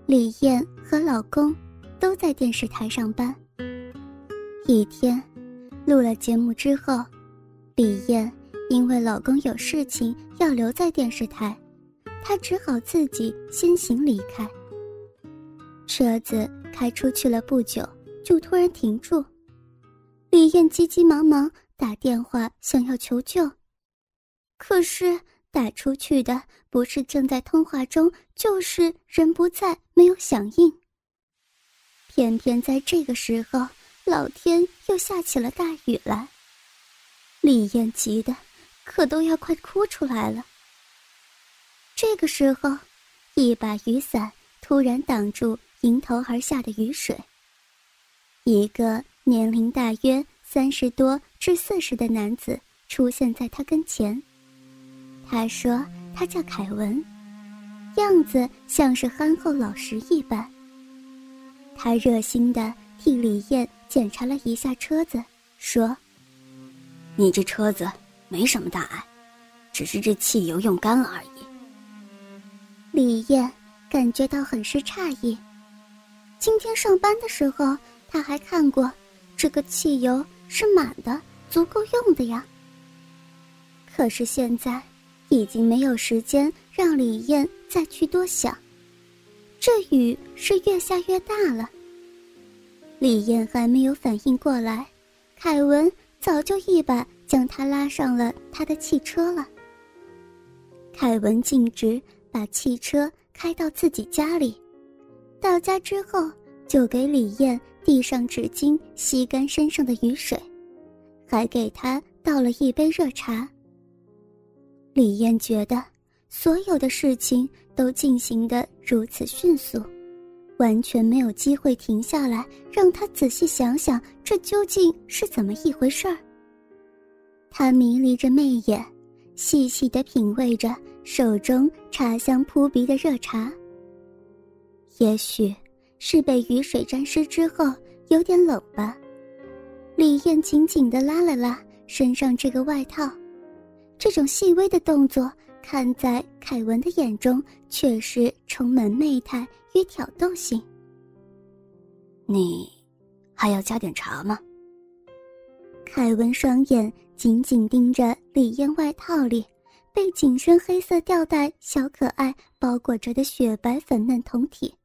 李燕和老公都在电视台上班。一天，录了节目之后，李燕因为老公有事情要留在电视台，她只好自己先行离开。车子开出去了不久，就突然停住。李燕急急忙忙打电话想要求救，可是打出去的不是正在通话中，就是人不在，没有响应。偏偏在这个时候，老天又下起了大雨来。李燕急得可都要快哭出来了。这个时候，一把雨伞突然挡住迎头而下的雨水。一个年龄大约30多至40的男子出现在他跟前。他说他叫凯文，样子像是憨厚老实一般。他热心地替李燕检查了一下车子，说： 你这车子没什么大碍，只是这汽油用干而已。 李燕感觉到很是诧异。今天上班的时候，他还看过这个汽油是满的，足够用的呀。可是现在已经没有时间让李燕再去多想，这雨是越下越大了。李燕还没有反应过来，凯文早就一把将她拉上了他的汽车了。凯文径直把汽车开到自己家里，到家之后就给李燕递上纸巾吸干身上的雨水，还给她倒了一杯热茶。李燕觉得所有的事情都进行得如此迅速，完全没有机会停下来让她仔细想想这究竟是怎么一回事儿。她迷离着媚眼，细细地品味着手中茶香扑鼻的热茶。也许是被雨水沾湿之后有点冷吧，李燕紧紧地拉了拉身上这个外套。这种细微的动作看在凯文的眼中却是充满媚态与挑逗性。 你还要加点茶吗？ 凯文双眼紧紧盯着李燕外套里被紧身黑色吊带小可爱包裹着的雪白粉嫩胴体。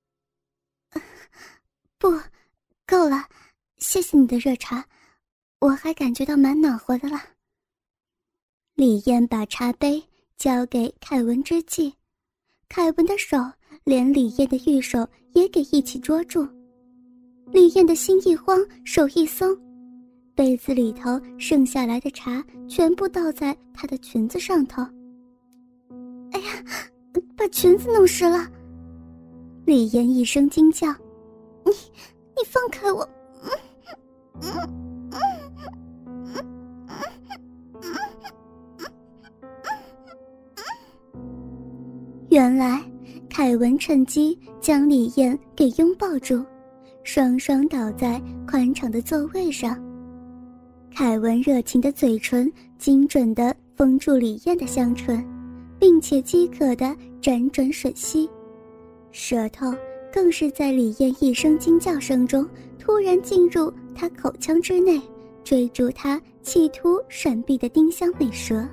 不，够了，谢谢你的热茶，我还感觉到蛮暖和的了。李燕把茶杯交给凯文之际，凯文的手连李燕的玉手也给一起捉住。李燕的心一慌，手一松，杯子里头剩下来的茶全部倒在她的裙子上头。哎呀，把裙子弄湿了！李燕一声惊叫：你放开我！原来凯文趁机将李燕给拥抱住，双双倒在宽敞的座位上。凯文热情的嘴唇精准地封住李燕的香唇，并且饥渴地辗转吮吸，舌头更是在李燕一声惊叫声中突然进入她口腔之内，追逐她企图闪避的丁香美舌。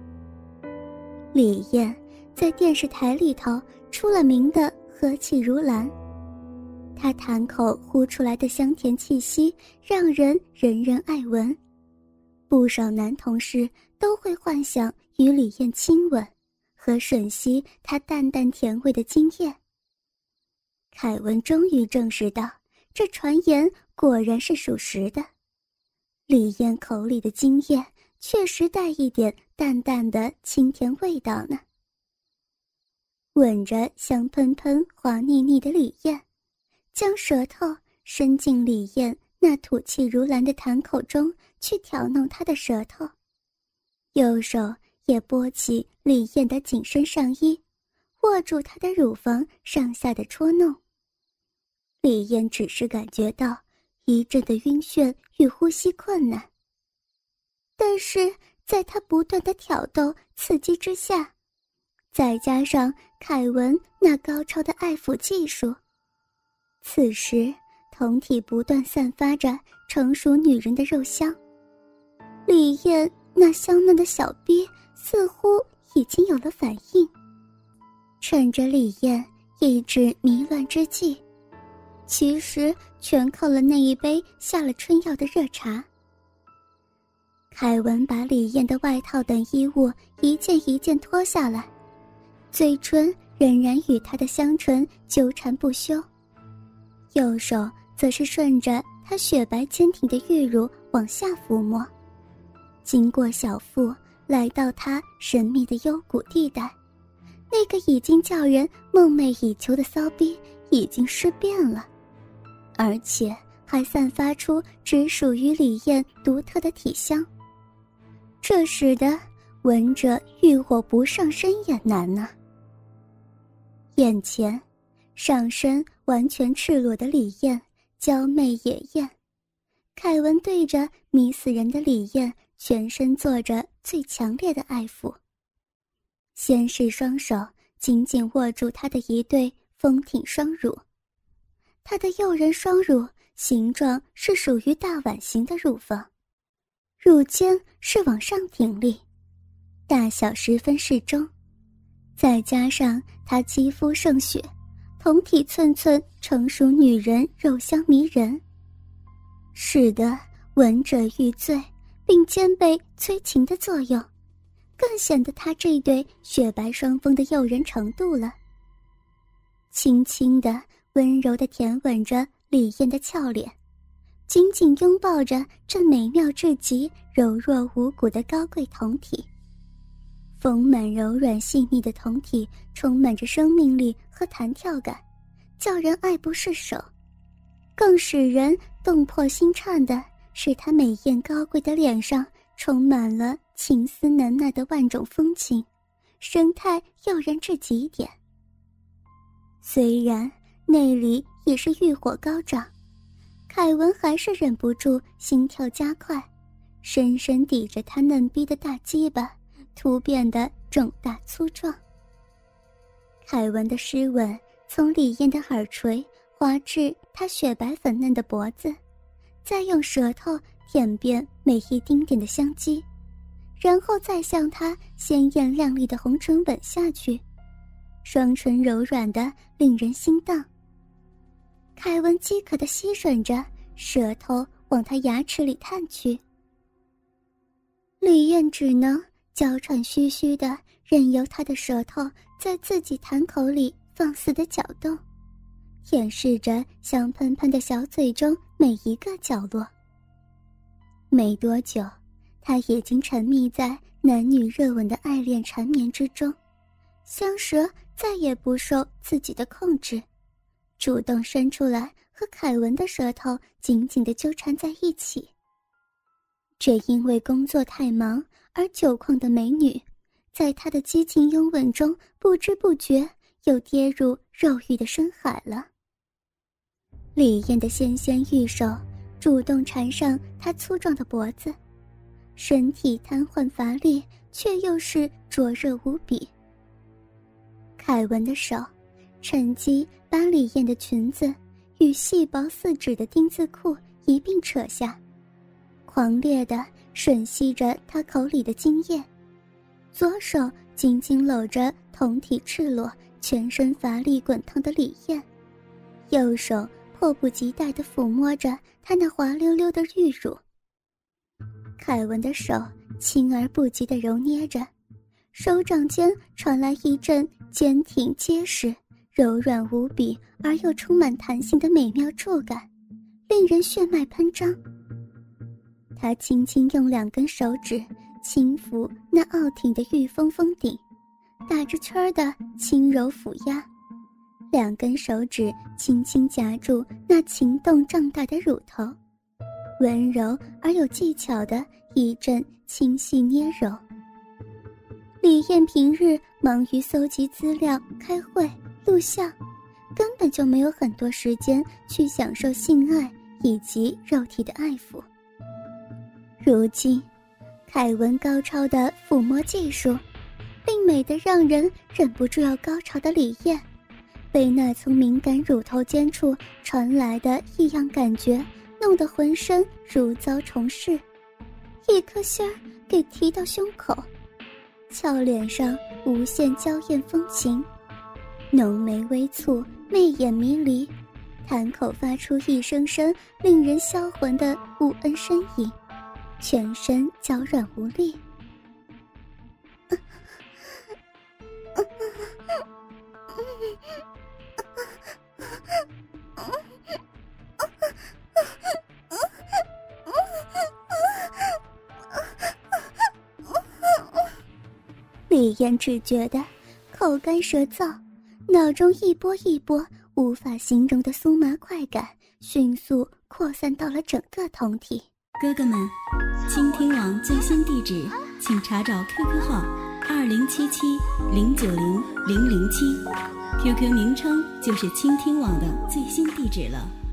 李燕在电视台里头出了名的和气如兰，她痰口呼出来的香甜气息让人人人爱闻，不少男同事都会幻想与李燕亲吻和吮吸她淡淡甜味的经验。凯文终于证实到这传言果然是属实的，李燕口里的经验确实带一点淡淡的清甜味道呢。吻着香喷喷滑腻腻的李燕，将舌头伸进李燕那吐气如兰的痰口中去挑弄她的舌头，右手也拨起李燕的紧身上衣，握住她的乳房上下的戳弄。李燕只是感觉到一阵的晕眩与呼吸困难，但是在她不断的挑逗刺激之下，再加上凯文那高超的爱抚技术。此时酮体不断散发着成熟女人的肉香，李艳那香嫩的小逼似乎已经有了反应。趁着李艳意志迷乱之际，其实全靠了那一杯下了春药的热茶。凯文把李艳的外套等衣物一件一件脱下来，嘴唇仍然与她的香唇纠缠不休，右手则是顺着她雪白坚挺的玉乳往下抚摸，经过小腹来到她神秘的幽谷地带，那个已经叫人梦寐以求的骚逼已经尸变了，而且还散发出只属于李艳独特的体香，这使得闻者欲火不上身也难啊。眼前上身完全赤裸的李艳娇媚野艳，凯文对着迷死人的李艳全身做着最强烈的爱抚，先是双手紧紧握住她的一对丰挺双乳，她的诱人双乳形状是属于大碗形的乳房，乳尖是往上挺立，大小十分适中，再加上她肌肤胜雪，酮体寸寸成熟女人肉香迷人，使得闻者欲醉，并兼备催情的作用，更显得她这对雪白双峰的诱人程度了。轻轻地温柔地舔吻着李艳的俏脸，紧紧拥抱着这美妙至极柔弱无骨的高贵酮体，丰满柔软细腻的酮体充满着生命力和弹跳感，叫人爱不释手。更使人动魄心颤的是她美艳高贵的脸上充满了情思难耐的万种风情，神态诱人至极点。虽然内里也是欲火高涨，凯文还是忍不住心跳加快，深深抵着他嫩逼的大鸡巴，突变得肿大粗壮。凯文的湿吻从李艳的耳垂滑至她雪白粉嫩的脖子，再用舌头舔遍每一丁点的香肌，然后再向她鲜艳亮丽的红唇吻下去，双唇柔软的令人心荡。凯文饥渴地吸吮着，舌头往他牙齿里探去。李艳只能娇喘吁吁地任由他的舌头在自己痰口里放肆地搅动，舔舐着香喷喷的小嘴中每一个角落。没多久，他已经沉迷在男女热吻的爱恋缠绵之中，香舌再也不受自己的控制，主动伸出来和凯文的舌头紧紧地纠缠在一起。这因为工作太忙而久旷的美女，在他的激情拥吻中不知不觉又跌入肉欲的深海了。李艳的纤纤玉手主动缠上他粗壮的脖子，身体瘫痪乏力，却又是灼热无比。凯文的手趁机把李艳的裙子与细薄似纸的丁字裤一并扯下，狂烈地吮吸着她口里的精液，左手紧紧搂着酮体赤裸、全身乏力滚烫的李艳，右手迫不及待地抚摸着她那滑溜溜的玉乳。凯文的手轻而不急地揉捏着，手掌间传来一阵坚挺结实、柔软无比而又充满弹性的美妙触感，令人血脉喷张。他轻轻用2根手指轻抚那傲挺的玉峰峰顶，打着圈的轻柔抚压，2根手指轻轻夹住那情动胀大的乳头，温柔而有技巧的一阵轻细捏揉。李艳平日忙于搜集资料、开会、录像，根本就没有很多时间去享受性爱以及肉体的爱抚。如今，凯文高超的抚摸技术， 并美得让人忍不住要高潮的李艳，被那从敏感乳头尖处传来的异样感觉弄得浑身如遭虫噬，一颗心儿给提到胸口，俏脸上无限娇艳风情，浓眉微蹙，媚眼迷离，潭口发出一声声令人销魂的无恩呻吟，全身娇软无力。李艳只觉得口干舌燥，脑中一波一波无法形容的酥麻快感迅速扩散到了整个酮体。 哥哥们，倾听网最新地址请查找 QQ 号2077090007，QQ 名称就是倾听网的最新地址了。